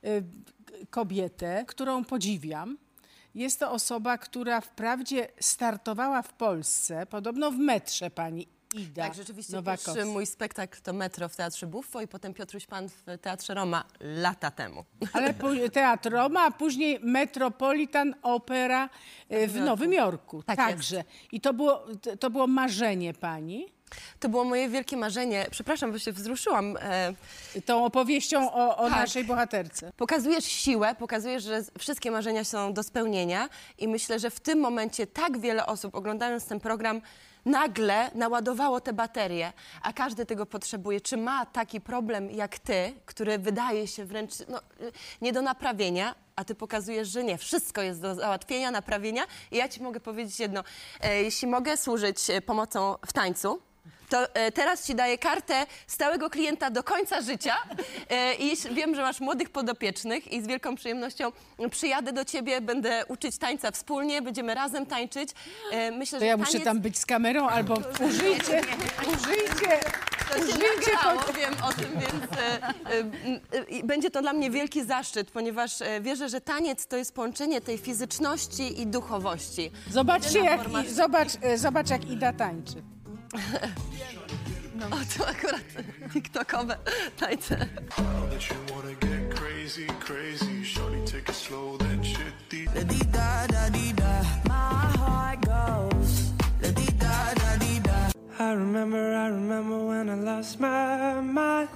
Speaker 1: kobietę, którą podziwiam. Jest to osoba, która wprawdzie startowała w Polsce, podobno w metrze pani Ida
Speaker 2: Tak, rzeczywiście
Speaker 1: Nowakowska.
Speaker 2: pierwszy mój spektakl to Metro w Teatrze Buffo i potem Piotruś Pan w Teatrze Roma lata temu.
Speaker 1: Ale Teatr Roma, a później Metropolitan Opera w Nowym Jorku.
Speaker 2: Tak
Speaker 1: Także.
Speaker 2: jest.
Speaker 1: I to było marzenie pani?
Speaker 2: To było moje wielkie marzenie. Przepraszam, bo się wzruszyłam.
Speaker 1: Tą opowieścią o
Speaker 2: Tak.
Speaker 1: naszej bohaterce.
Speaker 2: Pokazujesz siłę, pokazujesz, że wszystkie marzenia są do spełnienia i myślę, że w tym momencie tak wiele osób oglądając ten program nagle naładowało te baterie, a każdy tego potrzebuje. Czy ma taki problem jak ty, który wydaje się wręcz nie do naprawienia, a ty pokazujesz, że nie. Wszystko jest do załatwienia, naprawienia i ja ci mogę powiedzieć jedno. Jeśli mogę służyć pomocą w tańcu, to teraz ci daję kartę stałego klienta do końca życia i wiem, że masz młodych podopiecznych i z wielką przyjemnością przyjadę do ciebie, będę uczyć tańca wspólnie, będziemy razem tańczyć. Myślę,
Speaker 1: To
Speaker 2: że
Speaker 1: ja muszę tam być z kamerą albo użyjcie.
Speaker 2: Wiem o tym, więc będzie to dla mnie wielki zaszczyt, ponieważ wierzę, że taniec to jest połączenie tej fizyczności i duchowości.
Speaker 1: Zobaczcie, zobacz jak Ida tańczy.
Speaker 2: No. O, to akurat tiktokowe tańce.
Speaker 7: I remember when I lost my mind.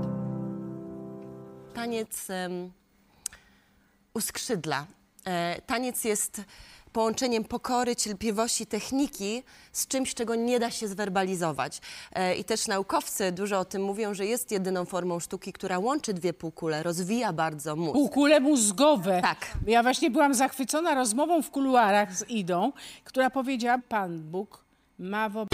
Speaker 2: Taniec uskrzydla. Taniec jest połączeniem pokory, cierpliwości, techniki z czymś, czego nie da się zwerbalizować. I też naukowcy dużo o tym mówią, że jest jedyną formą sztuki, która łączy dwie półkule, rozwija bardzo mózg.
Speaker 1: Półkule mózgowe.
Speaker 2: Tak.
Speaker 1: Ja właśnie byłam zachwycona rozmową w kuluarach z Idą, która powiedziała, Pan Bóg ma w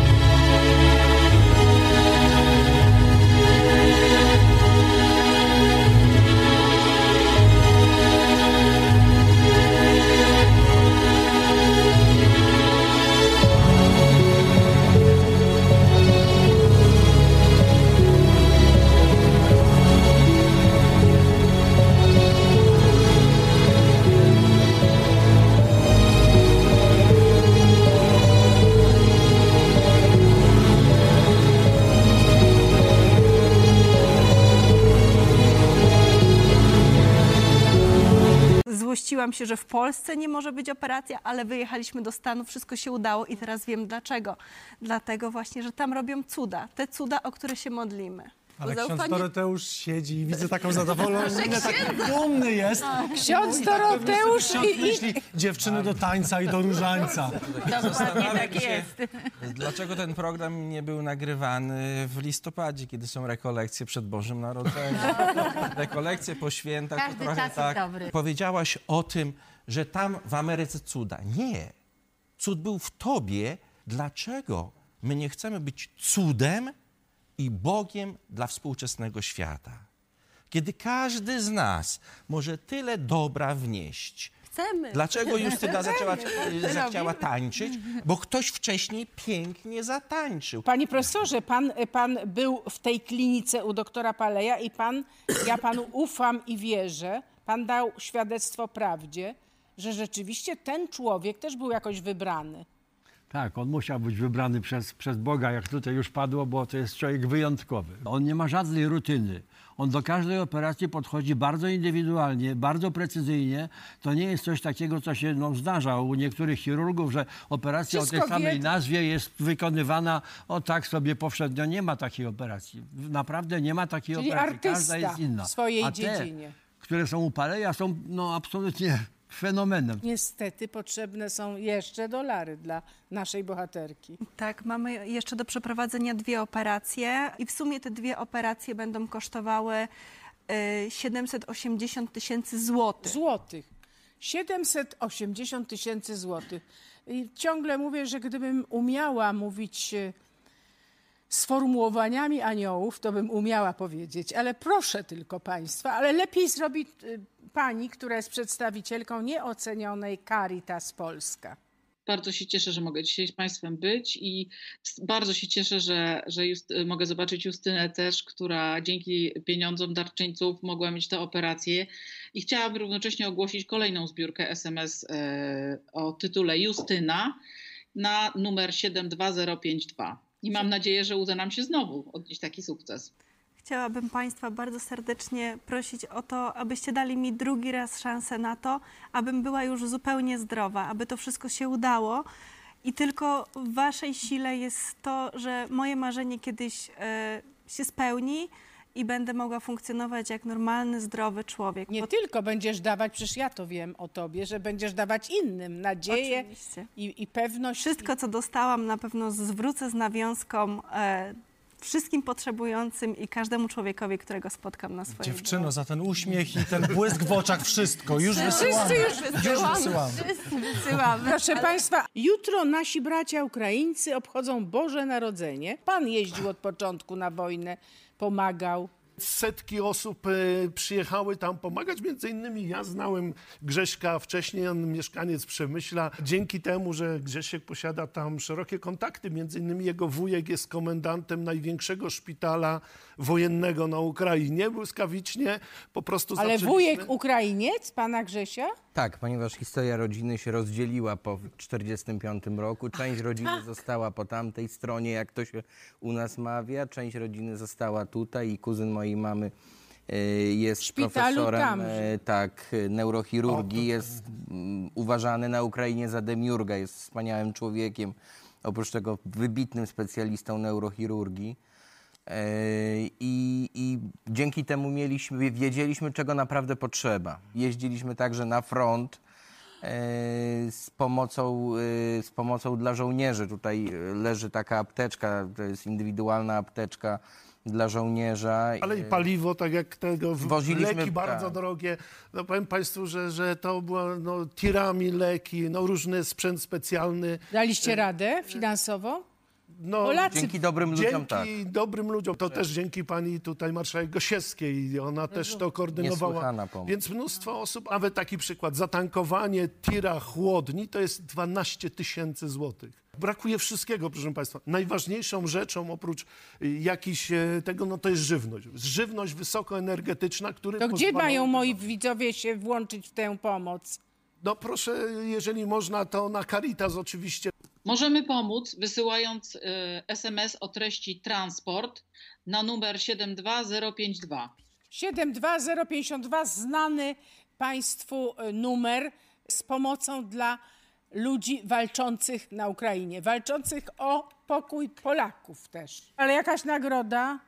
Speaker 5: Złościłam się, że w Polsce nie może być operacja, ale wyjechaliśmy do Stanów, wszystko się udało i teraz wiem dlaczego. Dlatego właśnie, że tam robią cuda, te cuda, o które się modlimy.
Speaker 12: Ale ksiądz Doroteusz siedzi i widzę taką zadowoloną minę, taki dumny jest.
Speaker 1: Ksiądz Doroteusz
Speaker 12: Ksiądz myśli, dziewczyny do tańca i do różańca.
Speaker 2: Dokładnie tak jest.
Speaker 19: Dlaczego ten program nie był nagrywany w listopadzie, kiedy są rekolekcje przed Bożym Narodzeniem? Rekolekcje po świętach.
Speaker 18: Każdy
Speaker 19: to trochę
Speaker 18: czas jest
Speaker 19: tak.
Speaker 18: dobry.
Speaker 19: Powiedziałaś o tym, że tam w Ameryce cuda. Nie. Cud był w tobie. Dlaczego my nie chcemy być cudem i Bogiem dla współczesnego świata? Kiedy każdy z nas może tyle dobra wnieść.
Speaker 2: Chcemy.
Speaker 19: Dlaczego Justyna zachciała tańczyć? Bo ktoś wcześniej pięknie zatańczył.
Speaker 1: Panie profesorze, pan był w tej klinice u doktora Paleja i ja panu ufam i wierzę, pan dał świadectwo prawdzie, że rzeczywiście ten człowiek też był jakoś wybrany.
Speaker 8: Tak, on musiał być wybrany przez Boga, jak tutaj już padło, bo to jest człowiek wyjątkowy. On nie ma żadnej rutyny. On do każdej operacji podchodzi bardzo indywidualnie, bardzo precyzyjnie. To nie jest coś takiego, co się zdarza u niektórych chirurgów, że operacja o tej samej nazwie jest wykonywana tak sobie powszednio. Nie ma takiej operacji. Naprawdę nie ma takiej operacji. Każda jest inna.
Speaker 1: W swojej
Speaker 8: A te,
Speaker 1: dziedzinie.
Speaker 8: które są u Paleja, są absolutnie fenomenem.
Speaker 1: Niestety potrzebne są jeszcze dolary dla naszej bohaterki.
Speaker 5: Tak, mamy jeszcze do przeprowadzenia 2 operacje i w sumie te 2 operacje będą kosztowały 780 000 złotych.
Speaker 1: 780 000 złotych. I ciągle mówię, że gdybym umiała mówić sformułowaniami aniołów, to bym umiała powiedzieć, ale proszę tylko państwa, ale lepiej zrobi pani, która jest przedstawicielką nieocenionej Caritas Polska.
Speaker 9: Bardzo się cieszę, że mogę dzisiaj z państwem być i bardzo się cieszę, że mogę zobaczyć Justynę też, która dzięki pieniądzom darczyńców mogła mieć tę operację. I chciałabym równocześnie ogłosić kolejną zbiórkę SMS o tytule Justyna na numer 72052. I mam nadzieję, że uda nam się znowu odnieść taki sukces.
Speaker 5: Chciałabym państwa bardzo serdecznie prosić o to, abyście dali mi drugi raz szansę na to, abym była już zupełnie zdrowa, aby to wszystko się udało. I tylko w waszej sile jest to, że moje marzenie kiedyś się spełni i będę mogła funkcjonować jak normalny, zdrowy człowiek.
Speaker 1: Nie tylko będziesz dawać, przecież ja to wiem o tobie, że będziesz dawać innym nadzieję i pewność.
Speaker 5: Wszystko, co dostałam, na pewno zwrócę z nawiązką wszystkim potrzebującym i każdemu człowiekowi, którego spotkam na swojej
Speaker 12: Dziewczyno,
Speaker 5: drodze.
Speaker 12: za ten uśmiech i ten błysk w oczach wszystko. Już wysyłamy.
Speaker 1: Wszyscy wysyłamy. Proszę państwa, jutro nasi bracia Ukraińcy obchodzą Boże Narodzenie. Pan jeździł od początku na wojnę, pomagał.
Speaker 10: Setki osób przyjechały tam pomagać, między innymi ja znałem Grześka wcześniej, on mieszkaniec Przemyśla. Dzięki temu, że Grzesiek posiada tam szerokie kontakty, między innymi jego wujek jest komendantem największego szpitala wojennego na Ukrainie, błyskawicznie po prostu
Speaker 1: Ale wujek Ukrainiec, pana Grzesia?
Speaker 11: Tak, ponieważ historia rodziny się rozdzieliła po 1945 roku. Część rodziny została po tamtej stronie, jak to się u nas mawia. Część rodziny została tutaj i kuzyn mojej mamy jest profesorem neurochirurgii. Jest uważany na Ukrainie za demiurga. Jest wspaniałym człowiekiem. Oprócz tego wybitnym specjalistą neurochirurgii. I dzięki temu wiedzieliśmy, czego naprawdę potrzeba. Jeździliśmy także na front z pomocą dla żołnierzy. Tutaj leży taka apteczka, to jest indywidualna apteczka dla żołnierza.
Speaker 10: Ale i paliwo, tak jak tego,
Speaker 11: Woziliśmy,
Speaker 10: leki bardzo drogie. No, powiem państwu, że to była tirami leki, różny sprzęt specjalny.
Speaker 1: Daliście radę finansowo?
Speaker 11: Dzięki dobrym ludziom,
Speaker 10: Dzięki dobrym ludziom. To też dzięki pani tutaj marszałek Gosiewskiej. Ona też to koordynowała. Więc mnóstwo osób, nawet taki przykład, zatankowanie tira chłodni to jest 12 000 złotych. Brakuje wszystkiego, proszę państwa. Najważniejszą rzeczą oprócz jakiejś tego, to jest żywność. Żywność wysokoenergetyczna, która
Speaker 1: To gdzie mają moi widzowie się włączyć w tę pomoc?
Speaker 10: No proszę, jeżeli można, to na Caritas oczywiście.
Speaker 9: Możemy pomóc wysyłając SMS o treści transport na numer 72052.
Speaker 1: 72052, znany państwu numer z pomocą dla ludzi walczących na Ukrainie, walczących o pokój Polaków też. Ale jakaś nagroda?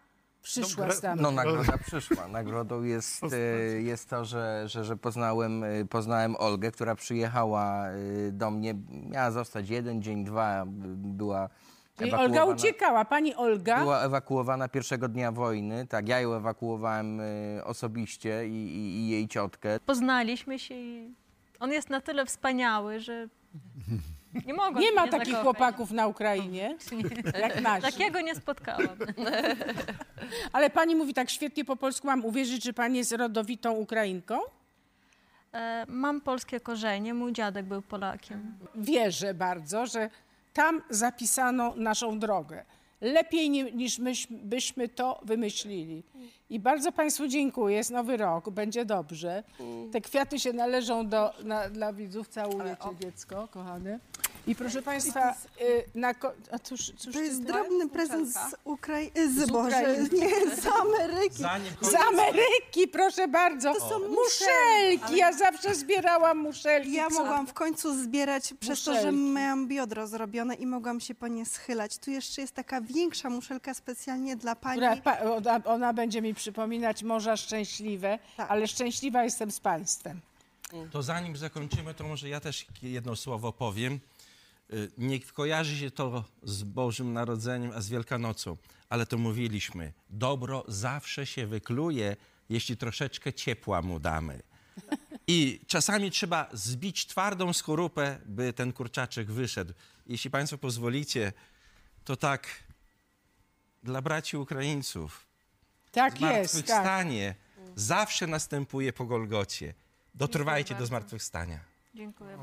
Speaker 1: przyszła stamtąd.
Speaker 11: No nagroda przyszła. Nagrodą jest to, że poznałem Olgę, która przyjechała do mnie. Miała zostać 1 dzień, 2, była
Speaker 1: Czyli Olga uciekała, pani Olga?
Speaker 11: Była ewakuowana pierwszego dnia wojny. Tak, ja ją ewakuowałem osobiście i jej ciotkę.
Speaker 15: Poznaliśmy się i on jest na tyle wspaniały, że nie mogłam
Speaker 1: Nie ma
Speaker 15: nie
Speaker 1: takich
Speaker 15: zakochać.
Speaker 1: chłopaków na Ukrainie, jak nasi.
Speaker 15: Takiego nie spotkałam.
Speaker 1: Ale pani mówi tak świetnie po polsku. Mam uwierzyć, że pani jest rodowitą Ukrainką?
Speaker 15: Mam polskie korzenie, mój dziadek był Polakiem.
Speaker 1: Wierzę bardzo, że tam zapisano naszą drogę. Lepiej niż byśmy to wymyślili. I bardzo państwu dziękuję. Jest nowy rok, będzie dobrze. Te kwiaty się należą dla widzów. Całuję cię, dziecko, kochane. I proszę państwa,
Speaker 16: to jest drobny prezent z Ukrainy. Z Ameryki.
Speaker 1: Z Ameryki, proszę bardzo.
Speaker 16: To są
Speaker 1: muszelki. Ja zawsze zbierałam muszelki.
Speaker 16: Ja mogłam w końcu zbierać przez to, że miałam biodro zrobione i mogłam się po nie schylać. Tu jeszcze jest taka większa muszelka specjalnie dla pani.
Speaker 1: Ona będzie mi przypominać Morza Szczęśliwe, ale szczęśliwa jestem z państwem.
Speaker 19: To zanim zakończymy, to może ja też jedno słowo powiem. Nie kojarzy się to z Bożym Narodzeniem, a z Wielkanocą, ale to mówiliśmy. Dobro zawsze się wykluje, jeśli troszeczkę ciepła mu damy. I czasami trzeba zbić twardą skorupę, by ten kurczaczek wyszedł. Jeśli państwo pozwolicie, to tak dla braci Ukraińców.
Speaker 1: Tak jest.
Speaker 19: Zmartwychwstanie zawsze następuje po Golgocie. Dotrwajcie do zmartwychwstania.
Speaker 15: Dziękuję.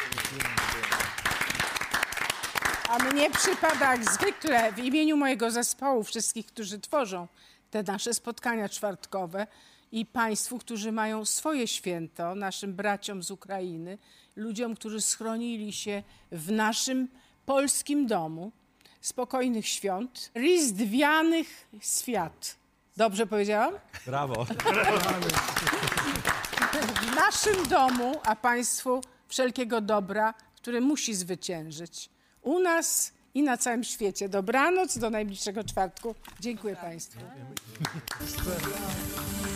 Speaker 1: A mnie przypada jak zwykle w imieniu mojego zespołu, wszystkich, którzy tworzą te nasze spotkania czwartkowe i państwu, którzy mają swoje święto, naszym braciom z Ukrainy, ludziom, którzy schronili się w naszym polskim domu, spokojnych świąt, rizdwianych świat. Dobrze powiedziałam?
Speaker 19: Brawo.
Speaker 1: W naszym domu, a państwu wszelkiego dobra, które musi zwyciężyć. U nas i na całym świecie. Dobranoc, do najbliższego czwartku. Dziękuję państwu.